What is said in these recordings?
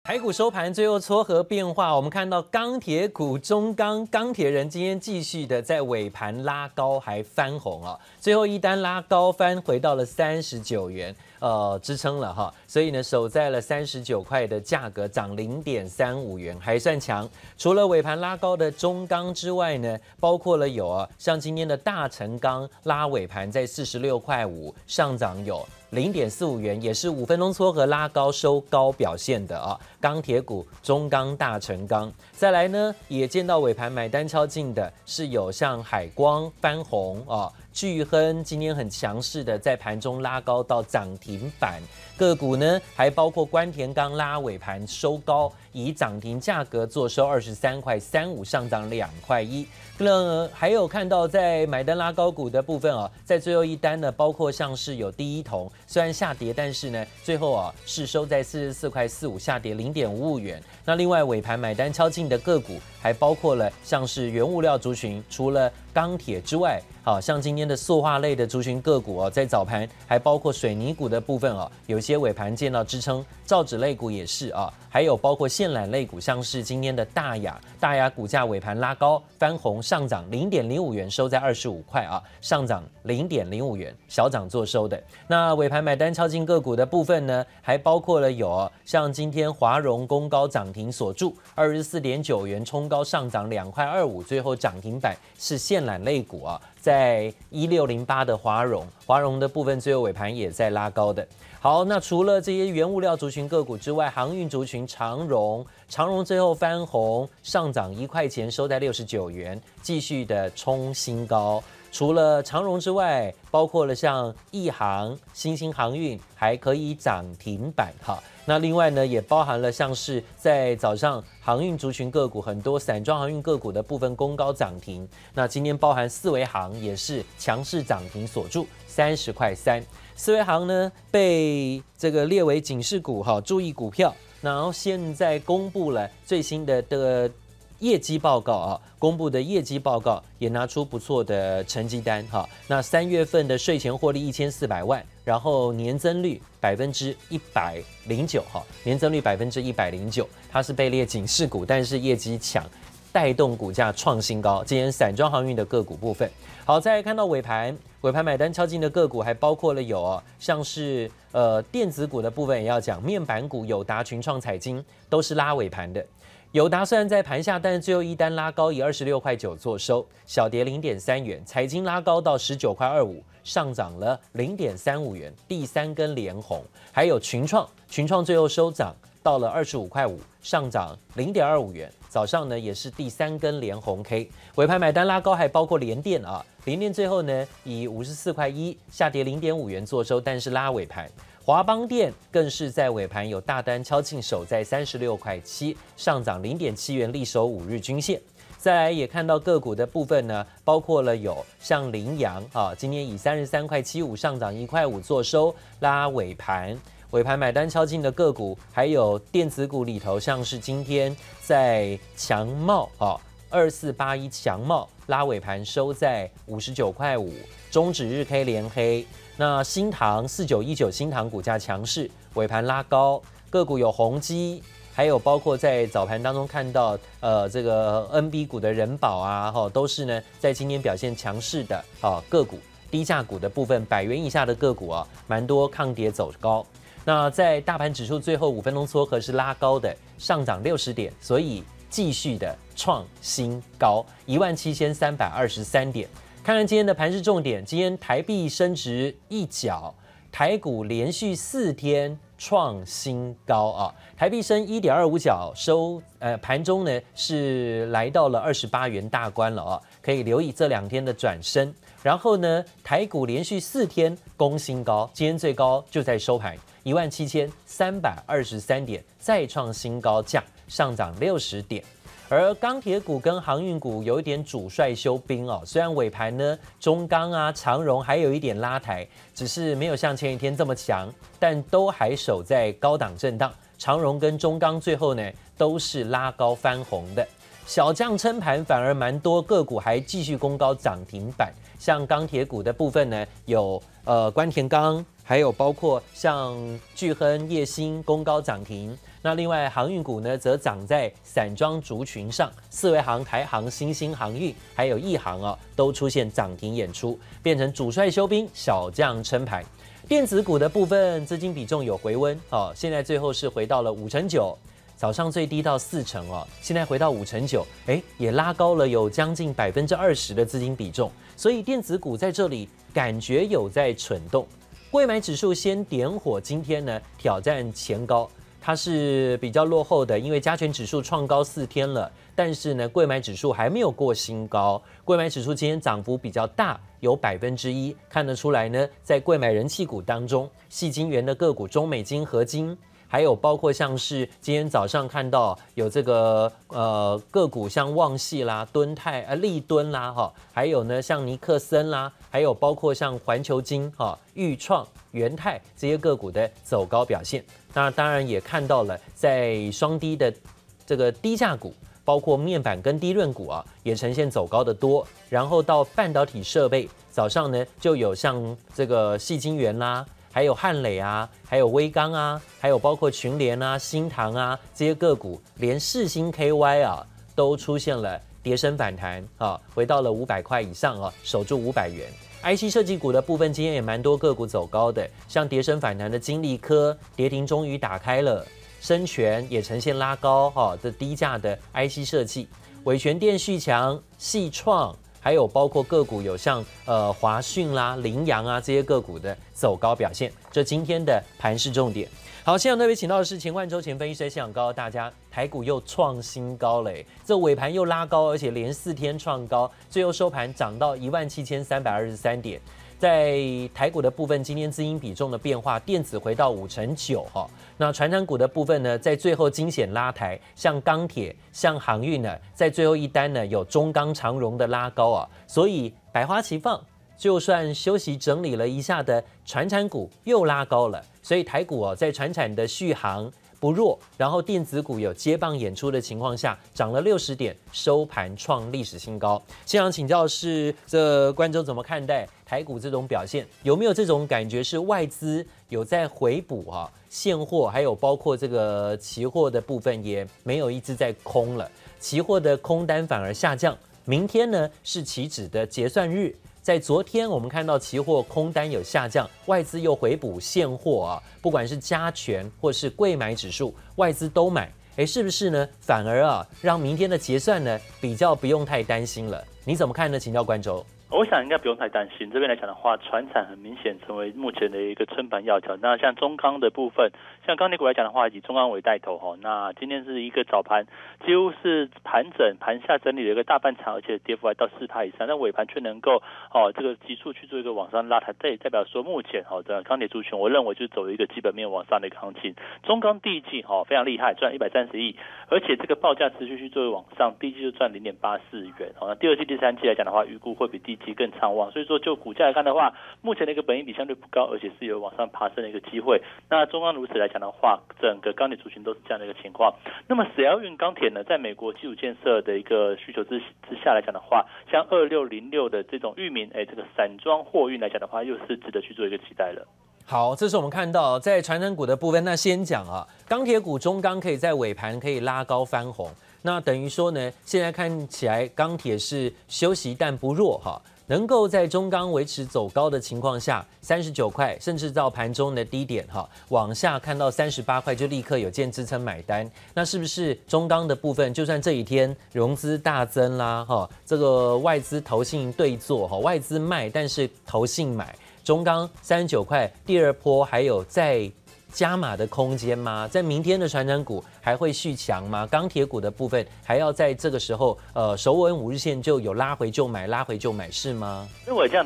台股收盘最后撮合变化，我们看到钢铁股中钢、钢铁人今天继续的在尾盘拉高，还翻红啊！最后一单拉高翻回到了39元，支撑了哈，所以呢守在了39块的价格，涨0.35元，还算强。除了尾盘拉高的中钢之外呢，包括了有像今天的大成钢拉尾盘在46块5，上涨有0.45元，也是5分钟撮合拉高收高表现的啊。钢铁股中钢、大成钢，再来呢也见到尾盘买单敲进的是有像海光翻红啊。巨亨今天很强势的在盘中拉高到涨停板，个股呢还包括关田钢拉尾盘收高，以涨停价格做收23块35，上涨2块1。还有看到在买单拉高股的部分啊，在最后一单呢，包括像是有第一铜，虽然下跌，但是呢最后是收在44块45，下跌0.55元。那另外尾盘买单敲进的个股还包括了像是原物料族群，除了钢铁之外，好像今天的塑化类的族群个股在早盘还包括水泥股的部分有些尾盘见到支撑，造纸类股也是还有包括线缆类股，像是今天的大雅股价尾盘拉高翻红，上涨0.05元，收在25块上涨0.05元，小涨做收的。那尾盘买单敲进个股的部分呢，还包括了有像今天华荣攻高涨停锁住24.9元，冲高上涨2块25，最后涨停板是线缆类股在1608的华荣的部分最后尾盘也在拉高的。好，那除了这些原物料族群个股之外，航运族群长荣最后翻红，上涨1块钱，收在69元，继续的冲新高。除了长荣之外，包括了像亿航、新兴航运还可以涨停板哈。那另外呢，也包含了像是在早上航运族群个股很多散装航运个股的部分攻高涨停。那今天包含四维航也是强势涨停锁住30块3。四维航呢被这个列为警示股注意股票。然后现在公布了最新的业绩报告公布的业绩报告也拿出不错的成绩单那3月份的税前获利1400万，然后年增率109%年增率109%，它是被列警示股，但是业绩强，带动股价创新高。今天散装航运的个股部分，好，再来看到尾盘买单敲进的个股还包括了有像是电子股的部分也要讲，面板股友达、群创、彩晶都是拉尾盘的。友达虽然在盘下，但是最后一单拉高，以26块9做收，小跌0.3元。彩晶拉高到19块25，上涨了0.35元，第3根连红。还有群创最后收涨到了25块5，上涨0.25元。早上呢也是第3根连红 K， 尾盘买单拉高还包括联电联电最后呢以54块1下跌0.5元做收，但是拉尾盘。华邦电更是在尾盘有大单敲进，守在36块7，上涨0.7元，力守5日均线。再来也看到个股的部分呢，包括了有像羚羊今天以33块75上涨1块5做收，拉尾盘。尾盘买单敲进的个股，还有电子股里头，像是今天在强茂2481强茂拉尾盘收在59块5，中指日 K 连黑。那新唐4919新唐股价强势，尾盘拉高，个股有宏基，还有包括在早盘当中看到这个 NB 股的人保都是呢在今天表现强势的个股。低价股的部分，100元以下的个股蛮多抗跌走高。那在大盘指数最后5分钟撮合是拉高的，上涨60点，所以继续的创新高，17323点。看看今天的盘势重点，今天台币升值1角，台股连续4天创新高台币升1.25角，收盘中呢是来到了28元大关了可以留意这2天的转升。然后呢，台股连续4天攻新高，今天最高就在收盘17323点，再创新高价，上涨60点。而钢铁股跟航运股有一点主帅休兵虽然尾盘呢中钢长荣还有一点拉抬，只是没有像前几天这么强，但都还守在高档震荡。长荣跟中钢最后呢都是拉高翻红的。 小降撑盘反而蛮多个股还继续攻高涨停板，像钢铁股的部分呢，有关田钢，还有包括像巨亨、烨兴攻高涨停。那另外航运股呢，则涨在散装族群上，四维航、台航、新兴航运还有亿航啊，都出现涨停演出，变成主帅休兵，小降撑盘。电子股的部分资金比重有回温，现在最后是回到了9%。早上最低到40%哦，现在回到5%，也拉高了有将近20%的资金比重，所以电子股在这里感觉有在蠢动。柜买指数先点火，今天呢挑战前高，它是比较落后的，因为加权指数创高4天了，但是呢柜买指数还没有过新高，柜买指数今天涨幅比较大，有1%，看得出来呢，在柜买人气股当中，矽晶圆的个股中美晶、合晶。还有包括像是今天早上看到有这个个股像旺矽啦、立敦啦还有呢像尼克森啦，还有包括像环球晶裕创、元泰这些个股的走高表现。那当然也看到了在双低的这个低价股，包括面板跟低润股也呈现走高的多。然后到半导体设备，早上呢就有像这个矽晶圆啦。还有汉磊啊，还有威刚啊，还有包括群联啊、新唐啊这些个股，连世芯 KY 都出现了跌升反弹回到了500块以上守住500元。IC 设计股的部分，今天也蛮多个股走高的，像跌升反弹的金利科跌停终于打开了，深全也呈现拉高这低价的 IC 设计，伟全电续强，细创。还有包括个股有像华讯啦、羚羊啊这些个股的走高表现，这今天的盘势重点。好，现场特别请到的是钱冠周前分析师，现场告诉大家，台股又创新高了，这尾盘又拉高，而且连4天创高，最后收盘涨到17323点。在台股的部分，今天资金比重的变化，电子回到9%那传产股的部分呢，在最后惊险拉抬，像钢铁、像航运呢，在最后一单呢有中钢、长荣的拉高所以百花齐放，就算休息整理了一下的传产股又拉高了，所以台股在传产的续航不弱，然后电子股有接棒演出的情况下，涨了60点，收盘创历史新高。现场请教的是这冠周怎么看待台股这种表现？有没有这种感觉是外资有在回补现货，还有包括这个期货的部分也没有一直在空了，期货的空单反而下降。明天呢是期指的结算日。在昨天，我们看到期货空单有下降，外资又回补现货不管是加权或是柜买指数，外资都买，是不是呢？反而让明天的结算呢比较不用太担心了。你怎么看呢？请教冠周。 我想应该不用太担心。这边来讲的话，传产很明显成为目前的一个撑盘要角。那像中钢的部分，像钢铁股来讲的话，以中钢为带头那今天是一个早盘，几乎是盘整盘下整理了一个大半场，而且跌幅还到4%以上，但尾盘却能够这个急速去做一个往上拉抬，这也代表说目前的钢铁族群，我认为就是走一个基本面往上的一个行情。中钢第一季非常厉害，赚130亿，而且这个报价持续去做一个往上，第一季就赚0.84元那第二季、第三季来讲的话，预估会比第一季更畅旺，所以说就股价来看的话，目前的一个本益比相对不高，而且是有往上爬升的一个机会。那中钢如此来讲的话，整个钢铁族群都是这样的一个情况。那么石药运钢铁呢，在美国基础建设的一个需求之下来讲的话，像2606的这种裕民这个散装货运来讲的话，又是值得去做一个期待了。 好，这是我们看到在传产股的部分。那先讲钢铁股中钢可以在尾盘可以拉高翻红，那等于说呢，现在看起来钢铁是休息但不弱能够在中钢维持走高的情况下，39块，甚至到盘中的低点往下看到38块，就立刻有见支撑买单。那是不是中钢的部分，就算这几天融资大增啦这个外资投信对做外资卖，但是投信买，中钢39块，第二波还有再加码的空间吗？在明天的传产股还会续强吗？钢铁股的部分还要在这个时候守稳5日线就有拉回就买，拉回就买是吗？ 认为这样的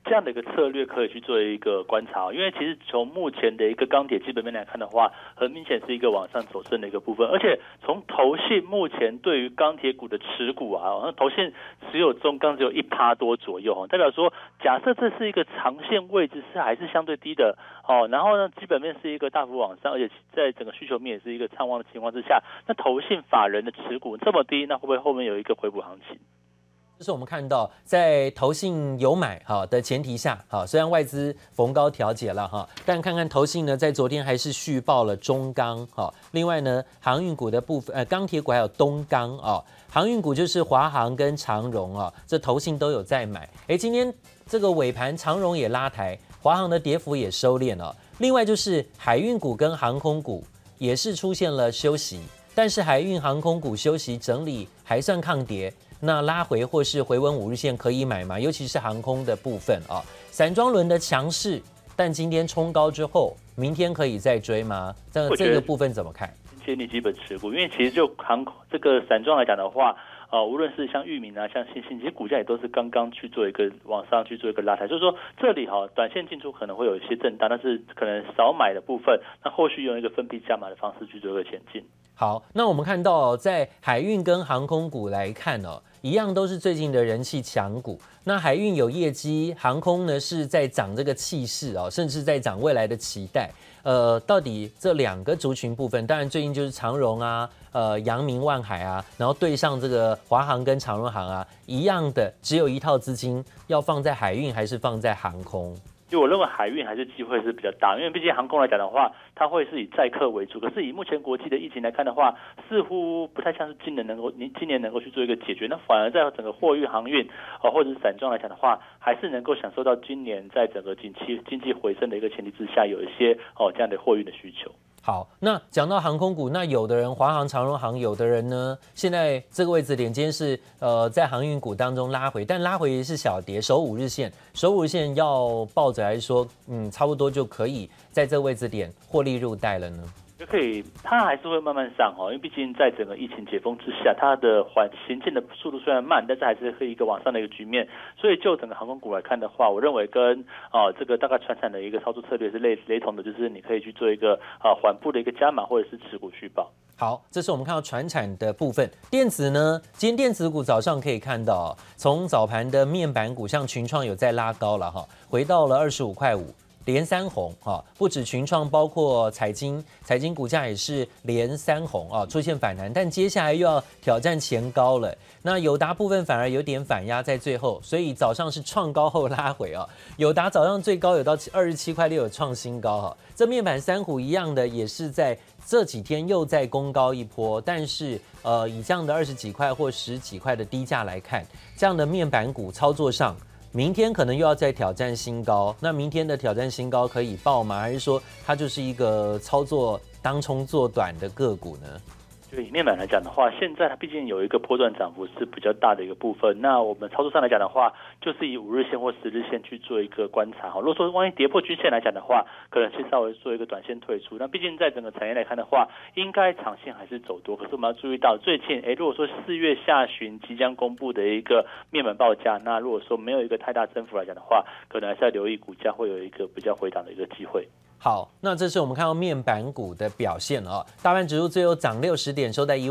这样的一个策略可以去做一个观察，因为其实从目前的一个钢铁基本面来看的话，很明显是一个往上走升的一个部分，而且从投信目前对于钢铁股的持股啊，投信持有中钢只有1%多左右，代表说假设这是一个长线位置是还是相对低的然后呢基本面是一个大幅往上，而且在整个需求面也是一个畅旺的情况之下，那投信法人的持股这么低，那会不会后面有一个回补行情？ 就是我们看到，在投信有买的前提下，虽然外资逢高调节了但看看投信呢，在昨天还是续报了中钢另外呢，航运股的部分，钢铁股还有东钢航运股就是华航跟长荣这投信都有在买。今天这个尾盘长荣也拉抬，华航的跌幅也收敛了。另外就是海运股跟航空股也是出现了休息，但是海运航空股休息整理还算抗跌。那拉回或是回稳5日线可以买吗？尤其是航空的部分散装轮的强势，但今天冲高之后，明天可以再追吗？这个部分怎么看？ 建立基本持股，因为其实就这个散装来讲的话，无论是像裕民啊、像信其实股价也都是刚刚去做一个往上去做一个拉抬，所以说这里短线进出可能会有一些震荡，但是可能少买的部分，那后续用一个分批加码的方式去做一个前进。 好，那我们看到在海运跟航空股来看一样都是最近的人气强股。那海运有业绩，航空呢是在涨这个气势甚至在涨未来的期待。到底这两个族群部分，当然最近就是长荣啊、阳明、万海啊，然后对上这个华航跟长荣航啊，一样的只有一套资金，要放在海运还是放在航空？ 就我认为海运还是机会是比较大，因为毕竟航空来讲的话，它会是以载客为主。可是以目前国际的疫情来看的话，似乎不太像是今年能够去做一个解决。那反而在整个货运航运或者是散装来讲的话，还是能够享受到今年在整个经济回升的一个前提之下，有一些这样的货运的需求。 好，那讲到航空股，那有的人华航、长荣航，有的人呢，现在这个位置点今天是在航运股当中拉回，但拉回是小跌，守5日线，守5日线要抱着来说，差不多就可以在这个位置点获利入袋了呢。 就可以，它还是会慢慢上因为毕竟在整个疫情解封之下，它的行进的速度虽然慢，但是还是可以一个往上的一个局面。所以就整个航空股来看的话，我认为跟这个大概传产的一个操作策略是雷同的，就是你可以去做一个缓步的一个加码或者是持股续报。 好，这是我们看到传产的部分。电子呢，今天电子股早上可以看到从早盘的面板股，像群创有在拉高了回到了25.5块。连三红不止群创，包括彩晶股价也是连三红出现反弹，但接下来又要挑战前高了。那友达部分反而有点反压在最后，所以早上是创高后拉回友达早上最高有到27.6块，有创新高这面板三虎一样的，也是在这几天又在攻高一波，但是以这样的20几块或10几块的低价来看，这样的面板股操作上，明天可能又要再挑战新高，那明天的挑战新高可以报吗？还是说它就是一个操作当冲做短的个股呢？ 就以面板来讲的话，现在它毕竟有一个波段涨幅是比较大的一个部分。那我们操作上来讲的话，就是以5日线或10日线去做一个观察如果说万一跌破均线来讲的话，可能是稍微做一个短线退出。那毕竟在整个产业来看的话，应该长线还是走多。可是我们要注意到，最近如果说4月下旬即将公布的一个面板报价，那如果说没有一个太大增幅来讲的话，可能还是要留意股价会有一个比较回档的一个机会。 好，那这是我们看到面板股的表现大盘指数最后涨60点，收在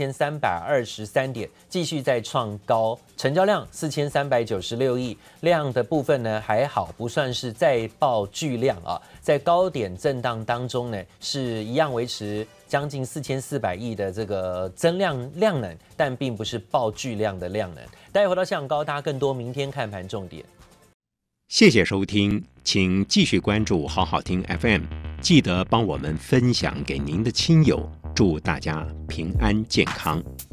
17323点，继续在创高，成交量4396亿，量的部分呢还好，不算是再爆巨量在高点震荡当中呢，是一样维持将近4400亿的这个增量能，但并不是爆巨量的量能。待会回到现场告诉大家更多明天看盘重点。 谢谢收听，请继续关注好好听 FM， 记得帮我们分享给您的亲友，祝大家平安健康。